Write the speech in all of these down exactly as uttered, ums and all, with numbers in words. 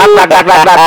tak tak tak tak.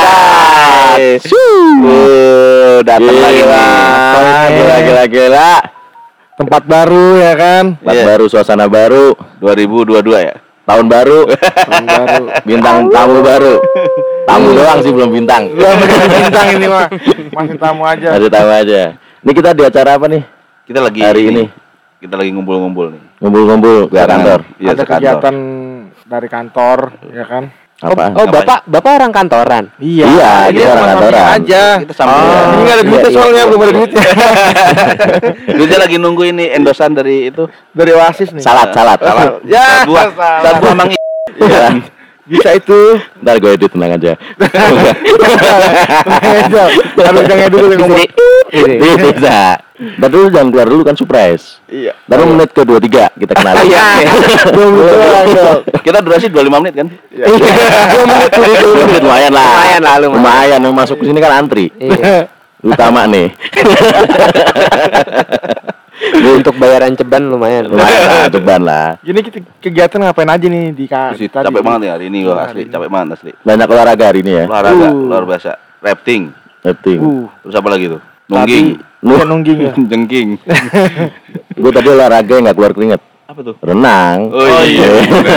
Uh, datang lagi lah. Gila gila gila. Tempat baru ya kan? Tempat yeah. baru, suasana baru. dua ribu dua puluh dua ya. Tahun baru. Tahun baru. Bintang tamu baru. Tamu doang sih, belum bintang. Belum bintang ini mah. Masih tamu aja. Masih tamu aja. Ini kita di acara apa nih? Kita lagi hari ini. Kita lagi ngumpul-ngumpul nih. Ngumpul-ngumpul ke kantor. Ya, ada kegiatan dari kantor, ya kan? Apa? Oh, Bapak, Bapak orang kantoran. Iya, iya kita orang kantoran aja. Kita sama. Oh, ini enggak ada duitnya soalnya, belum ada duitnya. Duitnya lagi nunggu ini endosan dari itu, dari Oasis nih. Salat, salat. Salat. Ya, buat salat buah Mang. Iya. Bisa itu. Ntar gue edit, tenang aja. Harus jangan dulu ngomong. Bisa. Ntar dulu jangan keluar dulu kan surprise. Iya. Ntar menit ke dua puluh tiga kita kenal. Iya. Kita durasi dua puluh lima menit kan? Iya. dua menit lumayan lah. Lumayan lah, lumayan. Lumayan, yang masuk ke sini kan antri. Iya. Utama nih. Untuk bayaran ceban lumayan. Lumayan lah, ceban lah. Ini kita kegiatan ngapain aja nih di Masih capek banget nih hari ini gua asli, capek banget asli. Banyak olahraga hari ini ya. Olahraga luar biasa. Rafting. Rafting. Terus apa lagi tuh? Nungging. Nuh nungging ya. Jengking. Gue tadi olahraga nggak keluar keringat. Apa tuh? Renang. Oh iya.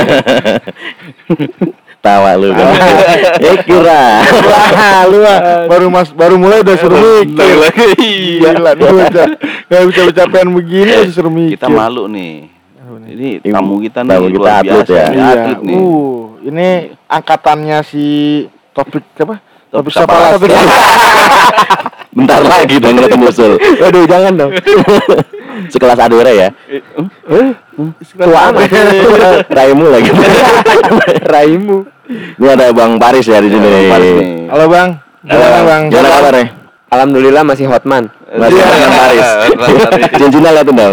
Tawa lu kan. Eh kira. Wah, lu baru mas baru mulai udah suruh mikir lagi. Iya, udah. Enggak bisa kecapean begini masih suruh mikir. Kita malu nih. Ini tamu kita nih tamu kita luar atlet biasa. ya. Ini Iya. atlet nih. Uh, ini angkatannya si Topik apa? Topik Sapalas. Bentar lagi dong ketemu Sul. Aduh, jangan dong. Sekelas Adore ya. Tua amat. Raimu lagi. Raimu. Ini ada Bang Paris ya di sini. Bang Paris nih. Halo, Bang. Gimana, Bang? Gimana kabarnya? Alhamdulillah masih Hotman. Masih Bang Paris. Cincinnya lihat dong.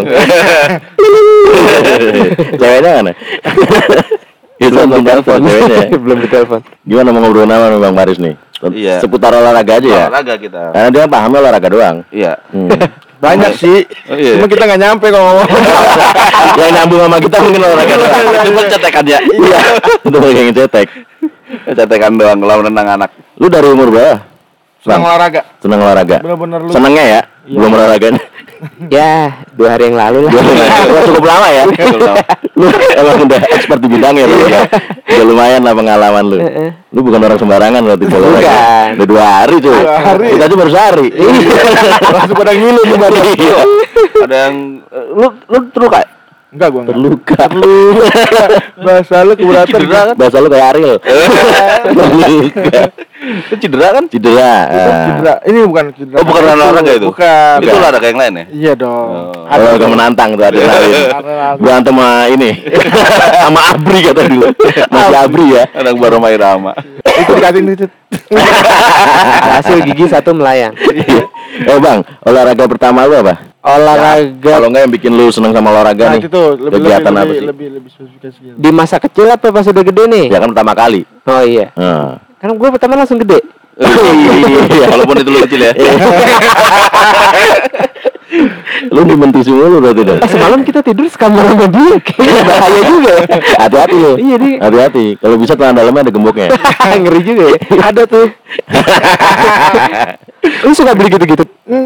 Ceweknya mana? Itu belum telepon ceweknya. Belum ditelepon. Gimana mau ngobrol nama Bang Paris nih? Iya. Seputar olahraga aja ya. Olahraga kita. Karena dia pahamnya olahraga doang. Iya. Hmm. Banyak sih. Oh, iya. Cuma kita nggak nyampe kalau ngomong. Yang nyambung sama kita mungkin olahraga doang. Cuma cetekan ya. Iya. Itu yang cetek. Cetekan doang kalau renang anak. Lu dari umur berapa? Senang olahraga. Senang olahraga. Bener-bener lu. Senengnya ya? Iya. Belum olahraganya. Ya, dua hari yang lalu lah. Wah, cukup lama ya. Lu emang udah expert di bidangnya lu ya. Udah lumayan lah pengalaman lu. Lu bukan orang sembarangan berarti olahraga. Bukan. Udah dua hari cuy. Dua hari. Kita aja baru sehari. Langsung pada ngilu nih badan. Iya. Ada yang Lu lu terluka? Enggak gua enggak. Terluka. Terluka. Bahasa lu keberatan cedera kan? Bahasa lu kayak Ariel. Terluka. Itu cedera kan? Cedera. Itu Ah. cedera. Ini bukan cedera. Oh, bukan olahraga itu? Bukan. Itu olahraga yang lain ya? Iya dong. Oh. Oh, agak menantang tuh ada lain. Berantem sama ini. Sama Abri kata dulu. Masih Abri ya. Anak baru main Rama. Itu dikatin itu. Hasil gigi satu melayang. Eh Bang, olahraga pertama lu apa? Olahraga Kalau enggak yang bikin lu seneng sama olahraga Nah, nih. itu tuh lebih kegiatan lebih, apa lebih, sih? lebih lebih spesifikasi. di masa kecil apa pas udah gede nih? Ya kan pertama kali. Oh iya. Heeh. Kan gue pertama langsung gede. Iya. Walaupun itu lu kecil ya. Lu dimenti mulu berarti dah. Eh, semalam kita tidur sekamar sama dia. Kayaknya bahaya juga. Hati-hati lu. Iya, nih. Hati-hati. Kalau bisa celana dalamnya ada gemboknya. Ngeri juga ya. Ada tuh. Lu suka beli gitu-gitu?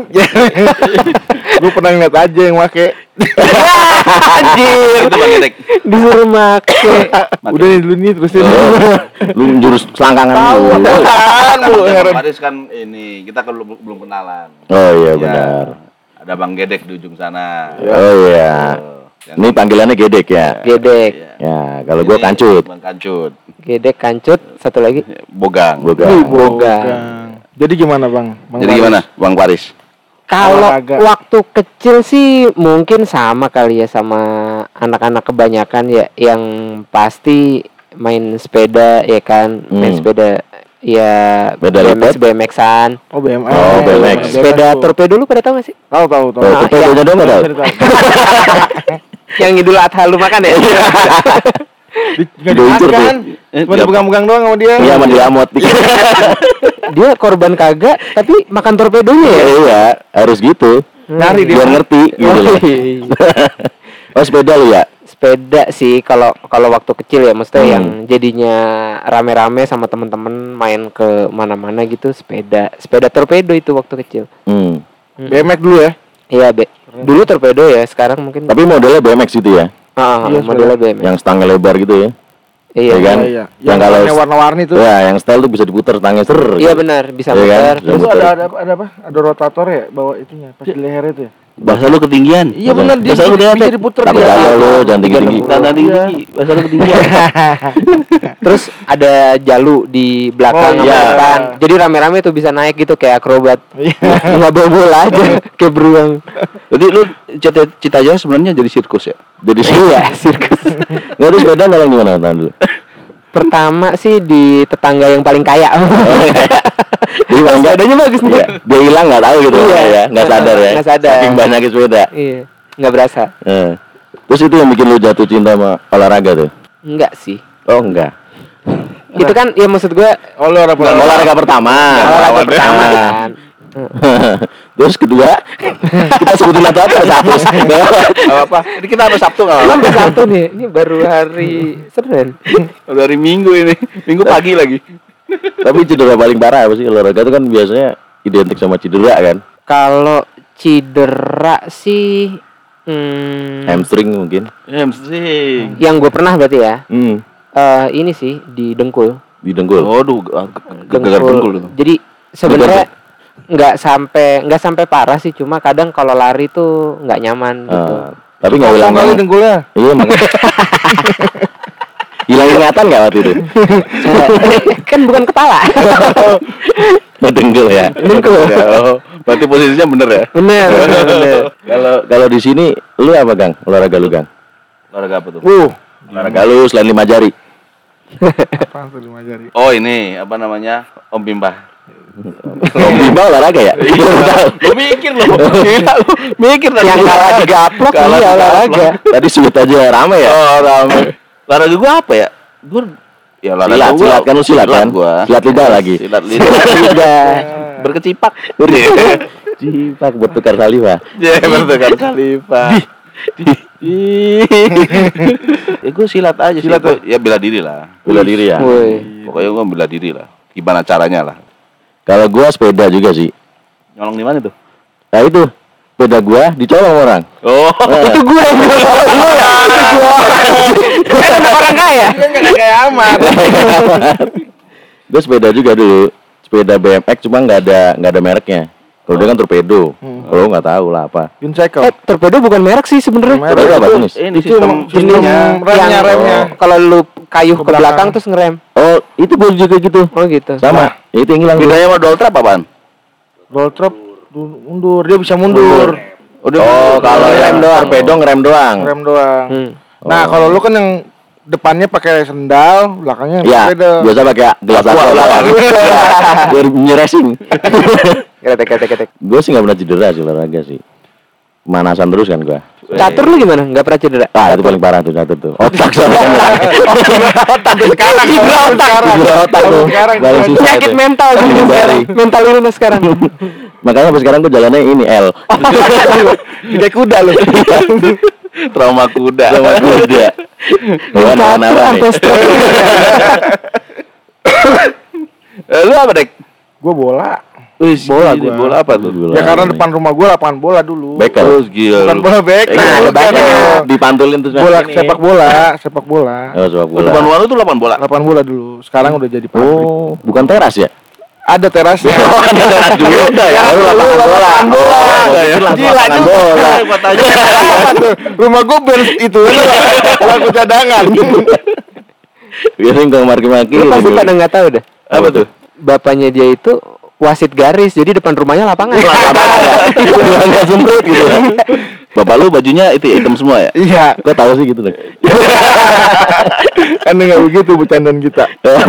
Gue pernah ngeliat aja yang make. Anjir. Itu Bang Gedek. Disuruh make. Udah nih dulu nih terusin. Lu jurus selangkangan lu. Kan lu Bang heran. Paris kan ini kita kan belum belum kenalan. Oh iya Ya, benar. Ada Bang Gedek di ujung sana. Oh iya. Oh, yang- Ini panggilannya Gedek ya. Gedek. Iya. Ya, kalau gua Ini Kancut. Bang Kancut. Gedek, kancut, satu lagi. Bogang. Bogang. Bogang. Jadi gimana bang? Bang Jadi Paris? gimana Bang Paris? Kalau Olahraga. waktu kecil sih mungkin sama kali ya sama anak-anak kebanyakan ya, yang pasti main sepeda ya kan, main Hmm. sepeda ya, Sepeda B M X lipat? B M X-an. Oh B M X. Oh, B M X. Sepeda torpedo lu pada tahu gak sih? Tahu tahu tahu. Oh, Nah, torpedonya dong enggak tahu? Yang Idul Adha lu makan ya? Nggak Diluncur tuh. dimakan. Cuma dipegang-pegang doang sama dia. Iya, sama diamot. Dia korban kagak tapi makan torpedonya ya. Iya, harus gitu. Nyari dia. Biar ngerti gitu loh. Oh, sepeda lu ya? sepeda sih kalau kalau waktu kecil ya, maksudnya Hmm. yang jadinya rame-rame sama temen-temen main ke mana-mana gitu, sepeda sepeda torpedo itu waktu kecil. Hmm. B M X dulu ya. Iya, Be. Dulu torpedo ya, sekarang mungkin Tapi modelnya B M X itu ya, ah, Iya, modelnya B M X. yang stangnya lebar gitu ya. Iya, ya kan? Iya, iya. Yang Yang kalau warna warna-warni tuh. Ya, yang style tuh bisa diputar stangnya ser. Iya gitu. benar, bisa Iya kan? muter. Bisa Terus muter. ada ada ada apa? Ada rotator ya bawa itunya pas di leher itu ya. Bahasa lu ketinggian. Iya benar dia Bahasa lu bisa udah diputer Tapi dia. kalau lu jangan tinggi-tinggi. Tanda tinggi. Bahasa lu ketinggian. Terus ada jalu di belakang Oh, sama iya. depan. Jadi rame-rame tuh bisa naik gitu kayak akrobat. Iya. Nggak bawa bola aja kayak beruang. Jadi lu cita-cita aja sebenarnya jadi sirkus ya? Jadi sih Iya, sirkus. nggak ada sepeda nolong gimana tahan dulu. Pertama sih di tetangga yang paling kaya. Jadi bangga Sepedanya bagus nih. Iya, dia hilang nggak tahu gitu Iya. ya, nggak sadar ya. Nggak sadar. Saking banyaknya sepeda. Iya, nggak berasa. Eh. Terus itu yang bikin lu jatuh cinta sama olahraga tuh? Enggak sih. Oh enggak. Itu kan ya maksud gue Oh lu orang Olahraga pertama. olahraga Lawan pertama dia. kan. Terus kedua, kita sebutin satu apa satu. Apa? Ini kita harus Sabtu nggak? Belum udah satu nih. Ini baru hari Senin. Dari Minggu ini, Minggu pagi lagi. Tapi cedera paling parah apa sih olahraga itu kan biasanya identik sama cedera kan? Kalau cedera sih hmm, Hamstring mungkin. Hamstring. yang gue pernah berarti ya. Hmm. eh ini sih di dengkul. Di dengkul. Waduh, gagal dengkul itu. Jadi sebenarnya nggak sampai nggak sampai parah sih, cuma kadang kalau lari tuh nggak nyaman gitu. Ah, tapi nggak hilang kali dengkulnya. Iya makanya. Hilang ingatan nggak waktu itu? Kan bukan kepala. Dengkul ya. Dengkul. Oh, berarti posisinya bener ya? Bener, bener, bener. Kalau kalau di sini lu apa Gang? Olahraga lu Gang? Olahraga apa tuh? Uh, Olahraga lu selain lima jari. apa tuh lima jari? Oh ini apa namanya? Om Bimba. Om Bimba olahraga ya? Lu mikir lu, gila lu, mikir tadi. Yang kalah digaplok Kalah iya olahraga. Tadi sweet aja rame ya? Oh, rame. Olahraga gua apa ya? Gua ya olahraga Silat, gua. silat kan lu silat kan? Gua. Silat lidah lagi. Silat lidah. Udah. Berkecipak. Cipak bertukar saliva. Ya, bertukar khalifah. Ya gue silat aja sih. Silat Gua- ya bela diri lah. Bela diri ya. Woi. Pokoknya gue bela diri lah. Gimana caranya lah. Kalau gua sepeda juga sih. Nyolong di mana tuh? Nah itu sepeda gua dicolong orang. Oh. Itu gue yang Kan orang kaya. Enggak kayak amat. Gue sepeda juga dulu. Sepeda B M X cuma nggak ada nggak ada mereknya. Kalau dia kan torpedo. Kalau nggak tahu lah apa. Unicycle. Eh, torpedo bukan merek sih sebenarnya. Merek. Torpedo apa jenis? Ini Itu sistem emang sistemnya. remnya, Yang- remnya. Kalau lu kayuh Ke ke belakang belakang. terus ngerem. Oh itu gua juga gitu. Oh gitu. Sama. Ya, itu yang hilang. Bedanya sama dual trap apaan? Roll trap du- mundur, dia bisa mundur. Udah. Oh kalau rem doang. Torpedo ngerem doang. Rem doang. Hmm. Nah, Oh. kalau lu kan yang depannya pakai sendal, belakangnya Ya, sepeda. biasa pakai gelas aqua belakang. Biar bunyi racing. Ketek ketek ketek. Gue sih nggak pernah cedera sih olahraga sih. Manasan terus kan gua. Catur lu gimana? Enggak pernah cedera? Ah itu paling parah tuh catur tuh. Otak soalnya. otak sekarang. Cedera otak. Cedera otak tuh. Sekarang Paling susah Penyakit itu. mental gitu Paling sekarang. baru. Mental illness sekarang. Makanya sampai sekarang gue jalannya ini L. Kayak kuda lu. Trauma kuda. Sama kuda. Bukan apa apa nih. Eh, lu apa, Dek? Gua bola. Wih, Bola gini, gua. bola apa tuh? Bola. Ya karena depan rumah gua lapangan bola dulu. Bekel. Terus gila. Bukan lu. bola bek. Nah, Nah, ada banyak bola. dipantulin terus Bola ini. sepak bola, sepak bola. Oh, sepak Oh, bola. depan rumah lu tuh lapangan bola. Lapangan bola dulu. Sekarang udah jadi pabrik. Oh, bukan teras ya? Ada terasnya. Oh, ada teras dulu udah ya. Baru lapangan bola. lapangan bola. Oh, Gila, lapangan itu. bola. Gua tanya. Rumah gua bers itu lagu cadangan. Biasanya kalau maki-maki. Lu pasti gitu. pada nggak tahu dah. Apa tuh? Bapaknya dia itu wasit garis, jadi depan rumahnya lapangan. Nggak semprot gitu. Bapak lu bajunya itu ya, hitam semua ya? Iya, Gue tahu sih gitu deh. kan enggak begitu bercandaan kita.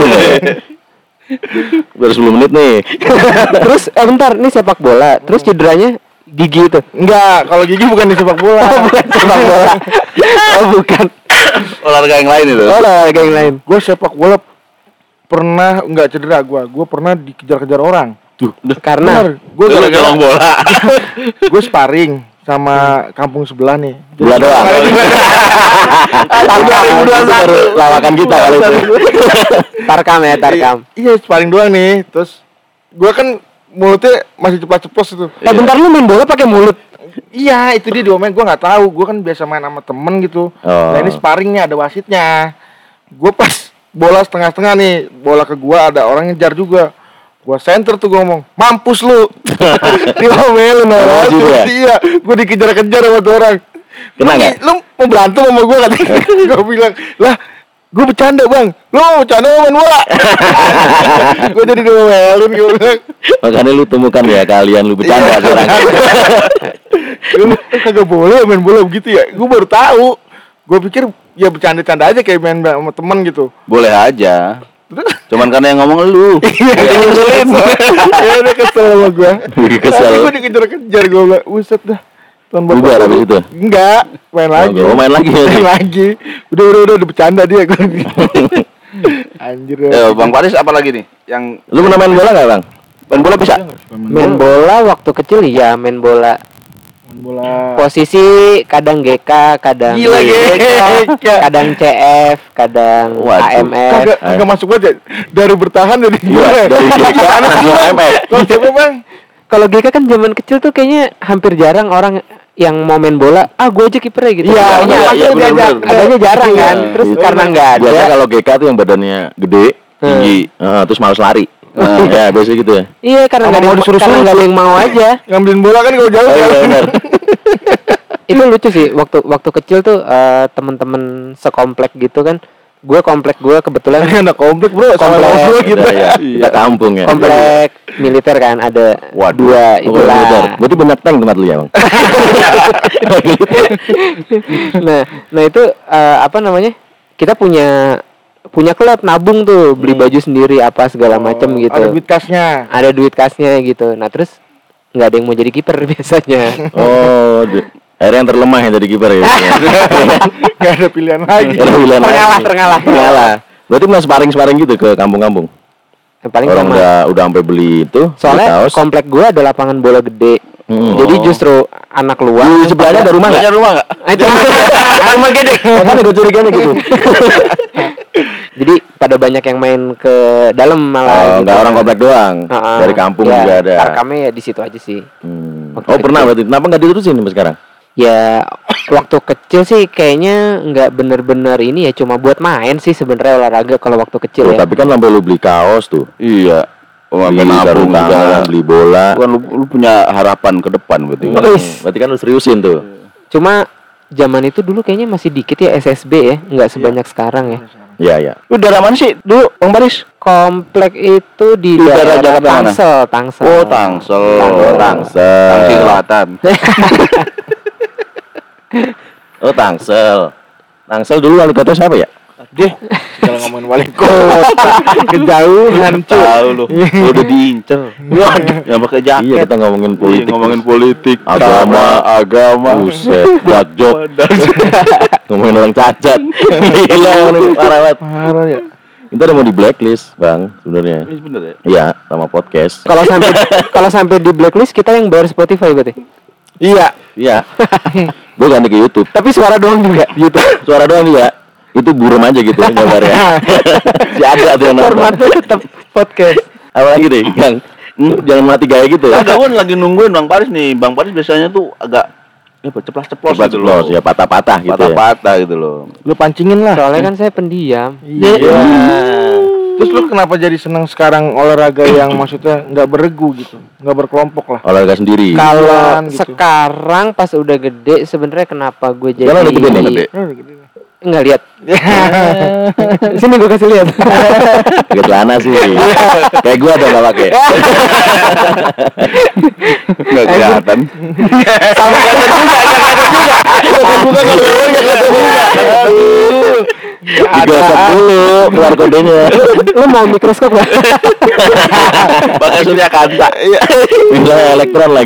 Baru sepuluh menit nih. Terus eh, bentar, ini sepak bola. Terus cederanya gigi itu. Enggak, kalau gigi bukan di sepak bola. Bukan sepak bola. Oh, bukan. Olahraga yang lain itu. Oh, olahraga yang lain. Gue sepak bola pernah enggak cedera gua. Gua pernah dikejar-kejar orang. Tuh, Karena Gue Lu nyolong bola. gue sparring, sama kampung sebelah nih. Gua doang. Itu baru lawakan kita kali itu. Tarkam ya, tarkam. Iya, sparring doang nih. Terus gua kan mulutnya masih ceplas-ceplos itu. Eh bentar, lu main bola pakai mulut. Iya, itu dia diomelin. Gua nggak tahu. Gua kan biasa main sama temen gitu. Oh. Nah ini sparring nih, ada wasitnya. Gua pas bola setengah-setengah nih, bola ke gua, ada orang ngejar juga. Gua center tuh, gua ngomong, mampus lu. Diomelin orang. Emosi dia? Iya, gua dikejar-kejar sama tuh orang. Kena Lu- nggak? Lu mau berantem sama gua kan? Gua bilang, lah gua bercanda bang. Lu mau bercanda sama main bola? Gua jadi diomelin, gua bilang. Makanya lu temukan ya kalian lu bercanda sekarang. Lu kagak boleh main bola begitu ya. Gua baru tahu. Gua pikir ya bercanda-canda aja kayak main sama temen gitu. Boleh aja. Cuman karena yang ngomong lu. Ngeselin. Ya udah kesel sama gua. Kesel. Tapi gua dikejar-kejar, gua bilang, "Buset dah." Tuan bapak Bubar gua- habis itu? Enggak, main lagi. Oh, main lagi. Main lagi. Udah udah udah, udah bercanda dia gua. Anjir. Eh, Bang Paris apa lagi nih? Yang Lu pernah main bola nggak bang? Main bola bisa? Main bola waktu kecil iya, main bola. Main bola. Posisi kadang G K, kadang Gila, G K. kadang C F, kadang Waduh. A M F. Kagak kagak masuk aja. Dari bertahan dari Iya, gimana? dari G K langsung A M F. Kalau siapa bang? Kalau G K kan zaman kecil tuh kayaknya hampir jarang orang yang mau main bola. Ah, gue aja kipernya gitu. Iya, Adanya- iya, iya, makanya bener, diajak. bener. adanya jarang Iya. kan. Terus Itu karena nggak ada. Biasa kalau G K tuh yang badannya gede, tinggi, eh, terus malas lari. Nah, ya biasa gitu ya. Iya, karena Sama nggak ada mau yang- disuruh-suruh. karena nggak ada yang mau aja. Ngambilin bola kan kalau jauh Oh, ya. iya benar. Itu lucu sih waktu waktu kecil tuh eh, teman-teman sekomplek gitu kan. Gue komplek gue kebetulan Anak komplek bro, sama Komplek. ngobrol Kita gitu. ya, kita kampung ya. komplek militer kan ada Waduh. dua Oh, itulah. militer. Berarti benar tank tempat lu ya, Bang. nah, nah itu eh, apa namanya? Kita punya punya klub nabung tuh, beli baju sendiri apa segala macem gitu. Ada duit kasnya. Ada duit kasnya gitu. Nah, terus nggak ada yang mau jadi kiper biasanya. Oh, di- akhirnya yang terlemah yang jadi kiper ya. Gak ada pilihan lagi. Ada pilihan Terngalah, lagi. terngalah. Terngalah. Berarti mas sparring-sparring gitu ke kampung-kampung. Yang paling Orang sama. udah udah sampai beli itu, beli Soalnya kaos. komplek gua ada lapangan bola gede. Hmm. Jadi justru anak luar Di sebelahnya ada rumah punya nggak? rumah enggak? Ah, itu rumah gede. Makanya gue curiganya gitu. Jadi pada banyak yang main ke dalam malah. Oh, gitu. nggak orang komplek doang. Heeh. Dari kampung Ya, juga ada. Tarkamnya ya di situ aja sih. Hmm. Waktu Oh pernah kecil. berarti. Kenapa nggak diterusin sampai sekarang? Ya waktu kecil sih kayaknya nggak bener-bener ini ya, cuma buat main sih sebenarnya olahraga kalau waktu kecil Oh, ya. tapi kan sampai lu beli kaos tuh. Iya. Oh, Beli sampai sarung nabung tangan, juga. beli bola. Bukan lu, lu punya harapan ke depan berarti. Hmm, berarti kan lu seriusin tuh. Cuma zaman itu dulu kayaknya masih dikit ya S S B ya, nggak sebanyak sekarang ya. Iya, iya. Lu daerah mana sih dulu, Bang Baris? Komplek itu di Di daerah daerah Jakarta mana? Tangsel, Tangsel. Oh, Tangsel. Oh, Tangsel. Tangsel Selatan. Oh, Tangsel. Tangsel dulu wali kota siapa ya? Deh, kalau ngomongin wali kota kejauhan cuy. Tahu lu. Lu udah diincer. Waduh, ya pakai jaket. Iya, kita ngomongin politik. Iya, ngomongin politik, Agama, agama. Buset, dakjok. Ngomongin orang cacat. Gila, ini parah banget. Parah ya. Itu udah mau di blacklist, Bang, sebenarnya. Ini bener ya? Iya, sama podcast. Kalau sampai kalau sampai di blacklist kita yang bayar Spotify berarti. Iya. Iya. Gue ganti ke YouTube. Tapi suara doang juga di YouTube. Suara doang juga. Itu buram aja gitu gambarnya. Si ada tuh yang nonton. Formatnya tetap podcast. Apa lagi deh, Yang hmm, jangan mati gaya gitu. Kagak, Wan, lagi nungguin Bang Paris nih. Bang Paris biasanya tuh agak ya ceplas-ceplos gitu loh. Ceplos ya, patah-patah gitu ya. Patah-patah gitu loh. Lu pancingin lah. Soalnya kan saya pendiam. Iya. Terus lu kenapa jadi senang sekarang olahraga yang maksudnya nggak beregu gitu, nggak berkelompok lah? Olahraga sendiri. Kalau Jalan gitu. sekarang pas udah gede sebenarnya kenapa gue jadi Sekarang udah gede nih, gede. Enggak lihat. Sini gue kasih lihat. Pakai celana sih. Kayak gua ada enggak pakai. Enggak kelihatan. Digosok dulu keluar kodenya. Lu mau mikroskop nggak? Pakai surya kanta. Iya. Bisa elektron lagi.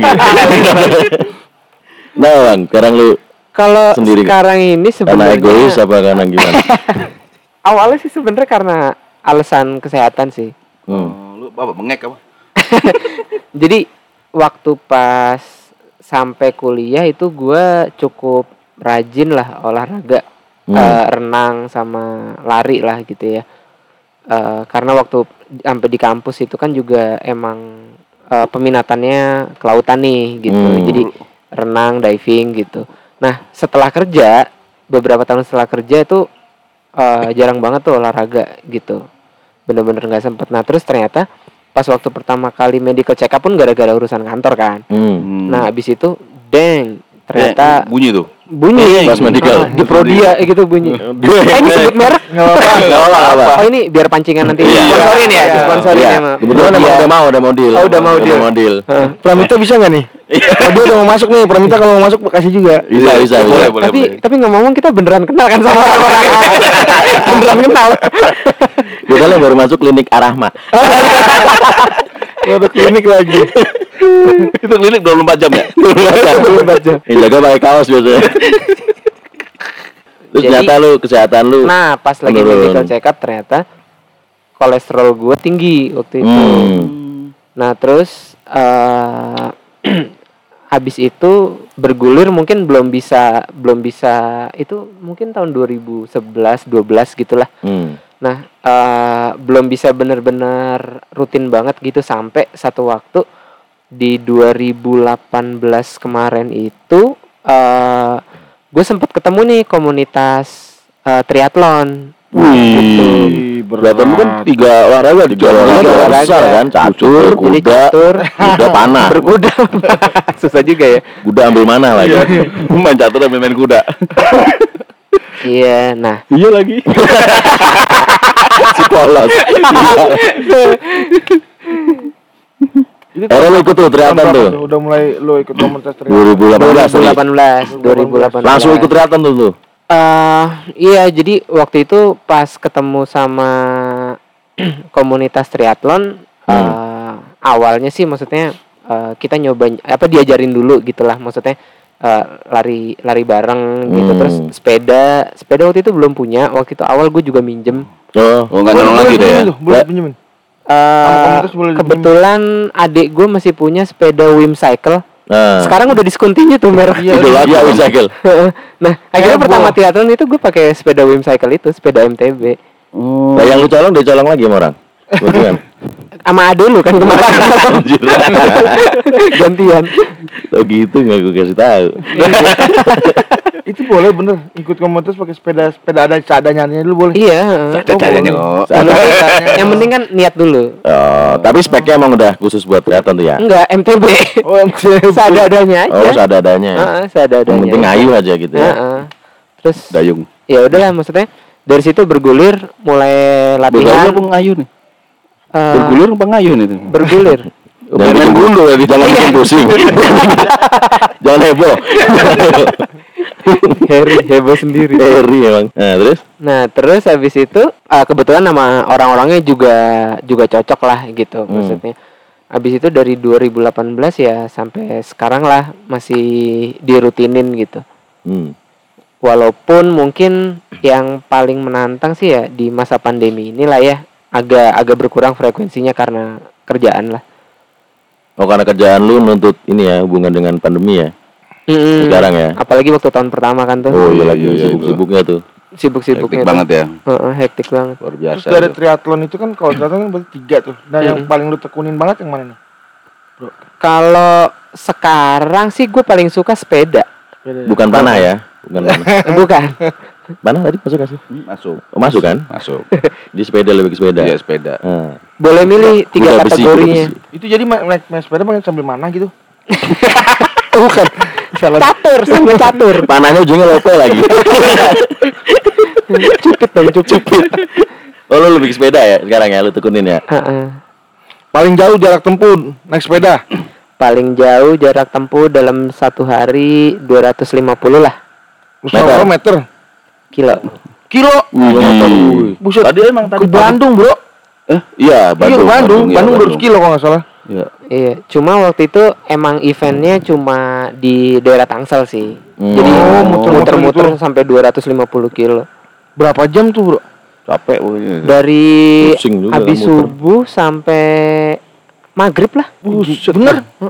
Nah, Bang, sekarang lu Kalau Sendiri. sekarang ini karena sebenarnya egois apa karena gimana? awalnya sih sebenarnya karena alasan kesehatan sih. Hmm. Oh, lu apa bengek apa? Jadi waktu pas sampai kuliah itu gue cukup rajin lah olahraga, hmm. uh, renang sama lari lah gitu ya. Uh, karena waktu sampai di kampus itu kan juga emang uh, peminatannya kelautan nih gitu. Hmm. Jadi renang, diving gitu. Nah, setelah kerja, beberapa tahun setelah kerja itu uh, jarang banget tuh olahraga gitu. Bener-bener nggak sempet. Nah, terus ternyata pas waktu pertama kali medical check up pun gara-gara urusan kantor kan. Hmm. Nah, abis itu deng ternyata eh, bunyi tuh. Bunyi pas medical ah, di Prodia gitu bunyi. Eh, ini sebut merek? Enggak apa-apa. Oh, ini biar pancingan nanti sponsorin ya, sponsorin ya. Kebetulan emang udah mau, udah mau deal. Oh, udah mau deal. Mau deal. Pramita bisa enggak nih? Oh, dia udah mau masuk nih. Pramita kalau mau masuk kasih juga. Bisa, bisa, boleh, boleh. Tapi tapi ngomong-ngomong kita beneran kenal kan sama orang. Beneran kenal. Kita baru masuk klinik Arahma. Ada klinik lagi. Itu klinik dua puluh empat jam ya? dua puluh empat jam. Yang jaga pakai kaos biasanya. Terus Jadi, ternyata lu kesehatan lu. Nah, pas lagi menurun. medical check up ternyata kolesterol gue tinggi waktu itu. Hmm. Nah, terus uh, habis itu bergulir mungkin belum bisa belum bisa itu mungkin tahun dua ribu sebelas dua belas gitulah. Hmm. Nah, uh, belum bisa benar-benar rutin banget gitu sampai satu waktu di dua ribu delapan belas kemarin itu uh, gue sempat ketemu nih komunitas uh, triathlon. Wih, berarti lu kan tiga olahraga di olahraga besar kan, catur, Jadi kuda, catur, kuda panah. Berkuda. Susah juga ya. Kuda ambil mana lagi? Main catur ambil main kuda. Iya, nah. Iya lagi. Si polos. Eh, lu ikut tuh triathlon tuh. Udah mulai lu ikut komunitas triathlon. dua ribu delapan belas. dua ribu delapan belas. dua ribu delapan belas. Langsung ikut triathlon tuh tuh. Uh, iya, jadi waktu itu pas ketemu sama komunitas triathlon, hmm. uh, awalnya sih maksudnya uh, kita nyoba apa diajarin dulu gitulah, maksudnya uh, lari lari bareng gitu, hmm. terus sepeda sepeda waktu itu belum punya, waktu itu awal gue juga minjem. Oh, oh nggak nolong lagi deh ya? Boleh pinjemin. Uh, kebetulan adik gue masih punya sepeda Wim Cycle. Nah. Sekarang udah discontinue tuh merek. Iya, iya Wim Cycle. Nah, akhirnya ya, pertama triathlon itu gue pakai sepeda Wim Cycle itu, sepeda M T B. Oh. Nah, yang lu colong dia colong lagi sama orang. Gantian. Sama ade lu kan kemarin. Gantian. Oh gitu enggak gue kasih tahu. Itu boleh bener ikut komunitas pakai sepeda sepeda ada seadanya dulu boleh. Iya. Seadanya kok. Yang penting kan niat dulu. Oh, tapi speknya emang udah khusus buat triathlon tuh ya? Enggak, M T B. Oh, M T B. Seadanya aja. Oh, seadanya. Heeh, seadanya. Yang penting ngayu aja gitu ya. Heeh. Terus dayung. Ya udahlah, maksudnya dari situ bergulir mulai latihan. Bergulir apa ngayu nih? Uh, bergulir apa ngayu nih? Bergulir. Jangan main gundu ya, jangan bikin pusing. Jangan heboh. Harry heboh sendiri. Harry emang. Nah, terus? Nah, terus habis itu uh, kebetulan nama orang-orangnya juga juga cocok lah gitu, hmm. maksudnya. Habis itu dari dua ribu delapan belas ya sampai sekarang lah masih dirutinin gitu. Hmm. Walaupun mungkin yang paling menantang sih ya di masa pandemi inilah ya, agak agak berkurang frekuensinya karena kerjaan lah. Oh, karena kerjaan lu nuntut ini ya, hubungan dengan pandemi ya? Mm-hmm. Sekarang ya? Apalagi waktu tahun pertama kan tuh. Oh iya, lagi iya, sibuk-sibuknya tuh. Sibuk-sibuknya hektik banget ya? Uh-uh, hektik banget. Luar biasa. Terus dari triathlon itu kan kalau triathlon kan berarti tiga tuh. Nah, mm-hmm. yang paling lu tekunin banget yang mana nih? Bro. Kalau sekarang sih gue paling suka sepeda. Bukan panah ya? Bukan panah. Bukan. Mana tadi masuk kasih? Masuk. Oh, masuk kan? Masuk. Di sepeda lebih ke sepeda. Iya, sepeda. Hmm. Boleh milih tiga kuda besi, kategorinya. kuda besi. Itu jadi naik naik sepeda pakai sambil mana gitu? Bukan. Salah. Catur, sambil catur. Panahnya ujungnya lope lagi. Cupit dong, cupit. Oh, lu lebih ke sepeda ya sekarang ya, lu tekunin ya? Uh-uh. Paling jauh jarak tempuh naik sepeda. Paling jauh jarak tempuh dalam satu hari dua ratus lima puluh lah. Meter. meter. Kilo. Kilo. Hmm. Buset. Tadi emang tadi ke Bandung, Bro. Eh, Iya, iya, Bandung. Bandung. Bandung, iya, Bandung dua ratus kilo kalau enggak salah. Iya. Iya, cuma waktu itu emang eventnya cuma di daerah Tangsel sih. Hmm. Jadi Oh, muter-muter sampai dua ratus lima puluh kilo. Berapa jam tuh, Bro? Capek pokoknya. Dari Pusing juga habis muter. subuh sampai maghrib lah. Buset. Bener? Uh-uh.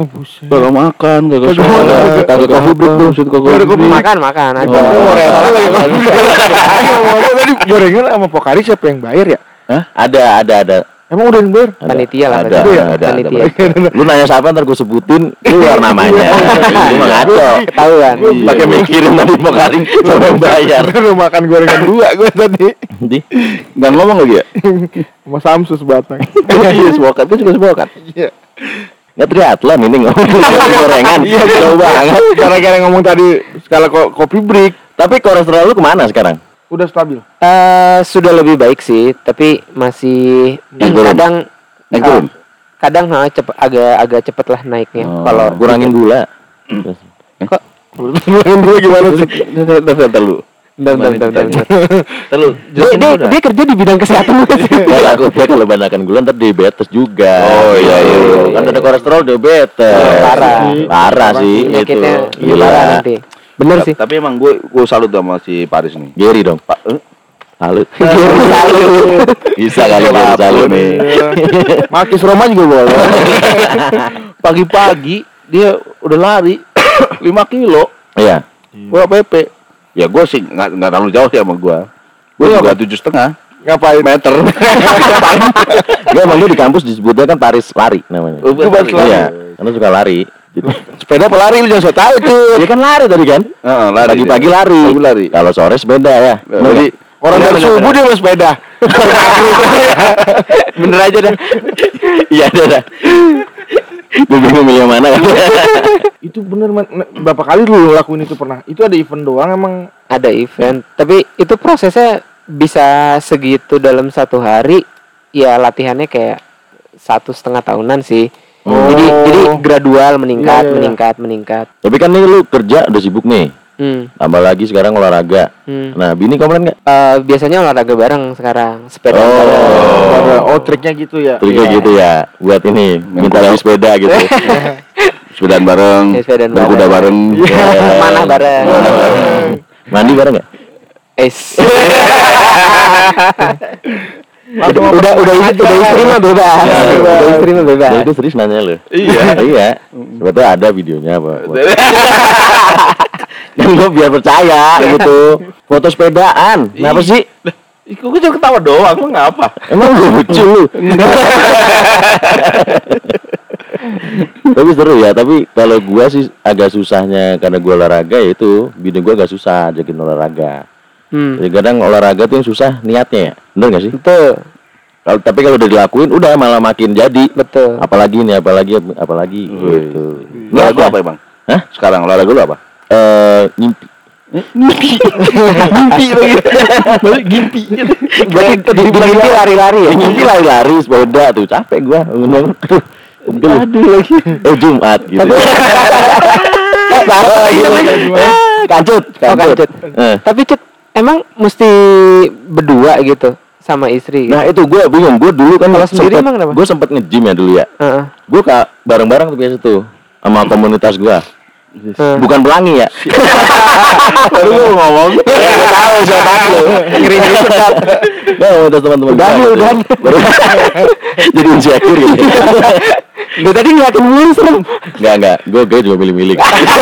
Oh, buset. Kagak makan, kagak Kagak sholat, makan. kagak kopi break tuh, maksud kagak kopi break. Makan makan ada. Oh, ngomong tadi gorengan sama Pokari siapa yang bayar ya? Hah? Ada, ada, ada. Emang udah yang bayar? Panitia lah. Ada, berarti. ada, ada, Panitia. Lu nanya siapa ntar gue sebutin keluar namanya. Lu mah ngaco. Ketahuan. Pakai mikirin tadi Pokari siapa yang bayar. Udah makan gorengan dua gue tadi. Di, nggak ngomong lagi ya? Sama Samsus Batang. Iya, semokat gue juga semokat. Iya. Nggak triathlon ini ngomong gorengan. Iya, jauh banget. Gara-gara ngomong tadi skala ko- kopi break, Tapi kolesterol lu kemana sekarang? udah stabil. Eh, sudah lebih baik sih, tapi masih Naik turun? kadang Naik eh, turun? kadang ha, cepet, agak agak cepet lah naiknya. Oh, Kalau kurangin gula. kok Ngomongin dulu gimana sih? Tapi ntar lu. bentar bentar bentar. bentar. Terus Dia, dia, dia kerja di bidang kesehatan. Kalau aku dia kalau banyakan gula ntar diabetes juga. Oh, iya, iya, iya. Kan ada kolesterol diabetes. Parah. Parah sih itu. Penyakitnya Gila. parah nanti. Bener sih. Tapi emang gue gue salut sama si Paris nih. Geri dong. Pak, eh? Salut. Bisa kali Geri salut nih. Markis Roma juga boleh. Pagi-pagi dia udah lari lima kilo. Iya. Gua P P. Ya gue sih nggak nggak terlalu jauh ya sama gue. Gue juga tujuh setengah Ngapain? meter. Gak emang dia di kampus disebutnya kan Paris lari namanya. Oh, Paris lari. Iya. Karena suka lari. Sepeda pelari lu jangan so tau tuh. Dia kan lari tadi kan? Heeh, lari. Pagi-pagi dia. lari. Pagi lari. Kalau sore sepeda ya. Jadi Orang dari subuh dia mau sepeda. Bener aja dah. Iya ada dah. Gue bingung milih yang mana kan. Itu bener man. Berapa kali lu lakuin itu pernah? Itu ada event doang emang. Ada event, tapi itu prosesnya bisa segitu dalam satu hari. Ya latihannya kayak satu setengah tahunan sih. Oh. Jadi jadi gradual meningkat, Iya, iya. meningkat, meningkat. Tapi kan nih lu kerja udah sibuk nih. Hmm. Tambah lagi sekarang olahraga. Hmm. Nah, bini komplain nggak? Eh, biasanya olahraga bareng sekarang, sepeda Oh. bareng. Ada oh triknya gitu ya. Terus kayak Iya. gitu ya. Buat ini minta beli sepeda gitu. sepedaan bareng, Ya, sepedaan berkuda bareng. bareng. Mana bareng. Mandi bareng nggak? Es. udah udah udah itu udah istri mah bebas. Udah istri mah bebas. Jadi itu serius nanya lu. Iya. Iya. Sebetulnya ada videonya apa? Kan gue biar percaya gitu. Foto sepedaan. Kenapa sih? Ih, gue cuma ketawa doang, emang ngapa? Emang gue lucu lu. Tapi seru ya. Tapi kalau gue sih agak susahnya karena gue olahraga ya itu bini gue agak susah ajakin olahraga. Hmm. Jadi kadang olahraga tuh yang susah niatnya ya. Bener gak sih? Betul. Kalau tapi kalau udah dilakuin udah malah makin jadi. Betul. Apalagi nih, apalagi apalagi gitu. Olahraga lu apa emang? Hah? Sekarang olahraga lu apa? Eh, ngimpi. Gimpi lagi. Balik gimpi. Berarti di mimpi lari-lari ya. Ngimpi lari-lari sepeda tuh capek gua ngomong. Aduh, pegel. Aduh lagi. Eh Jumat gitu. Oh, iya, kancut, Oh, kancut. Eh. Tapi Cut, emang mesti berdua gitu sama istri. Nah itu gue bingung, gue dulu kan Kalau sendiri emang kenapa? gue sempet nge-gym ya dulu ya. Heeh. Gue kak bareng-bareng tuh biasa tuh sama komunitas gue. Heeh. Bukan pelangi ya. Baru gue ngomong. Gue tahu siapa lu. Ngeri sedap. Gue komunitas teman-teman. Udah, gua udah. gitu. Baru jadi insecure gitu. Gue tadi ngeliatin mulu serem. Enggak enggak, gue kayak juga milih-milih.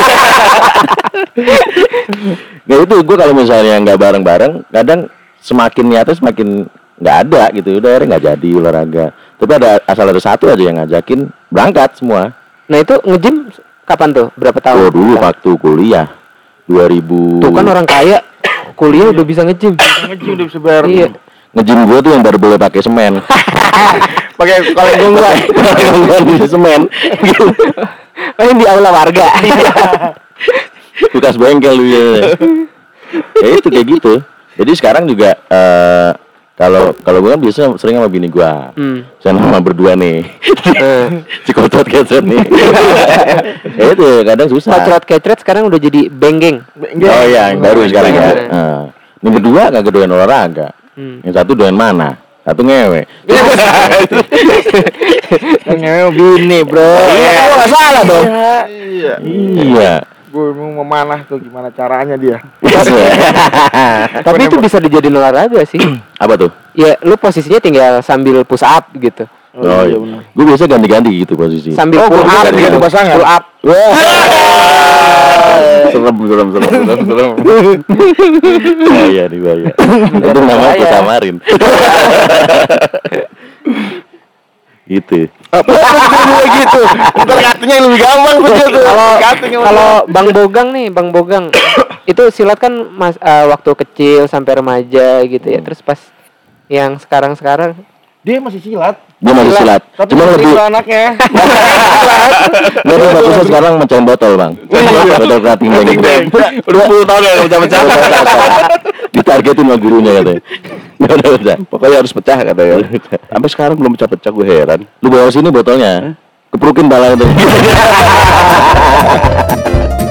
Nggak itu gue kalau misalnya nggak bareng-bareng, kadang semakin niatnya semakin nggak ada gitu. Udah akhirnya nggak jadi olahraga. Tapi ada asal ada satu aja yang ngajakin berangkat semua. Nah itu nge-gym kapan tuh? Berapa tahun? Oh dulu Nah, waktu kuliah dua ribu. Tuh kan orang kaya kuliah udah bisa nge-gym. Nge-gym udah bisa bayar. Iya. Nge-gym gue tuh yang baru boleh pakai semen. Pakai kaleng gua. Kaleng di semen. Oh yang di aula warga. Bekas bengkel lu ya. Ya itu kayak gitu. Jadi sekarang juga eh, kalau kalau gue kan biasanya sering sama bini gue. Hmm. Saya sama berdua nih. Si kotot kecot nih. Ya itu kadang susah. Kocrot kecret sekarang udah jadi benggeng. Oh iya, yang baru sekarang ya. Benggeng. Nah, ini berdua nggak doyan olahraga. Hmm. Yang satu doyan mana? Satu ngewe. Ngewe bini, Bro. Iya, kamu nggak salah dong. Iya. Iya. Gue mau memanah tuh gimana caranya dia. Tapi itu bisa dijadiin olahraga sih. Apa tuh? Ya lu posisinya tinggal sambil push up gitu. Oh, iya. Gue biasa ganti-ganti gitu posisi. Sambil Oh, pull gua up ganti gitu. pasangan. Pull up. Serem, serem, serem, serem, serem. Bahaya nih bahaya. Itu namanya Bahaya. gue samarin. Gitu. Apa gitu? Ntar katanya lebih gampang tuh dia tuh. Kalau Cutting sama kalau Bang Bogang nih, Bang Bogang itu silat kan mas eh, waktu kecil sampai remaja gitu ya. Terus pas yang sekarang-sekarang dia masih silat. Dia masih silat. Tapi Cuma lebih lebih anaknya. lebih bagusnya sekarang mecahin botol, Bang. Botol kerating beng. Udah sepuluh tahun ya pecah-pecah. Ditargetin sama gurunya katanya. Udah udah udah. Pokoknya harus pecah katanya. Sampai sekarang belum pecah-pecah, gue heran. Lu bawa sini botolnya. Keprukin bala itu.